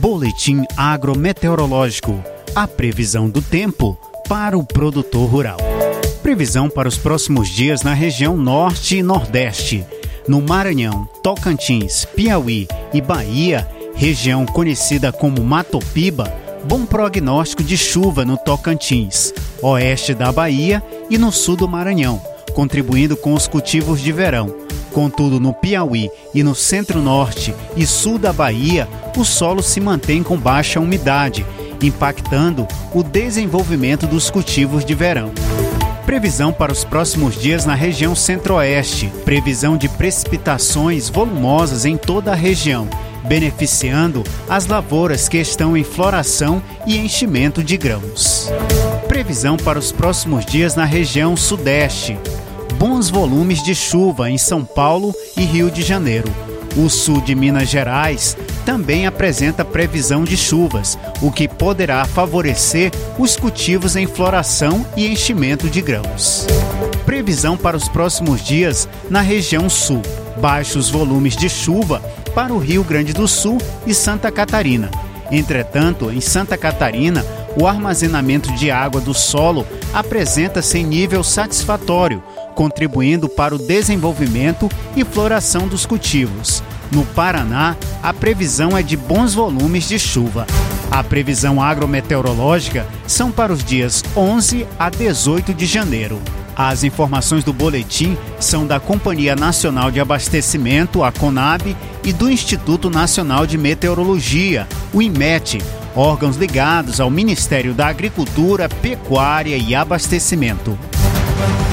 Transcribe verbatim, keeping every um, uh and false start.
Boletim agrometeorológico. A previsão do tempo para o produtor rural. Previsão para os próximos dias na região norte e nordeste. No Maranhão, Tocantins, Piauí e Bahia, região conhecida como Matopiba, bom prognóstico de chuva no Tocantins, oeste da Bahia e no sul do Maranhão, contribuindo com os cultivos de verão. Contudo, no Piauí e no centro-norte e sul da Bahia, o solo se mantém com baixa umidade, impactando o desenvolvimento dos cultivos de verão. Previsão para os próximos dias na região centro-oeste. Previsão de precipitações volumosas em toda a região, beneficiando as lavouras que estão em floração e enchimento de grãos. Previsão para os próximos dias na região sudeste. Bons volumes de chuva em São Paulo e Rio de Janeiro. O sul de Minas Gerais também apresenta previsão de chuvas, o que poderá favorecer os cultivos em floração e enchimento de grãos. Previsão para os próximos dias na região sul. Baixos volumes de chuva para o Rio Grande do Sul e Santa Catarina. Entretanto, em Santa Catarina, o armazenamento de água do solo apresenta-se em nível satisfatório, contribuindo para o desenvolvimento e floração dos cultivos. No Paraná, a previsão é de bons volumes de chuva. A previsão agrometeorológica são para os dias onze a dezoito de janeiro. As informações do boletim são da Companhia Nacional de Abastecimento, a CONAB, e do Instituto Nacional de Meteorologia, o INMET, órgãos ligados ao Ministério da Agricultura, Pecuária e Abastecimento.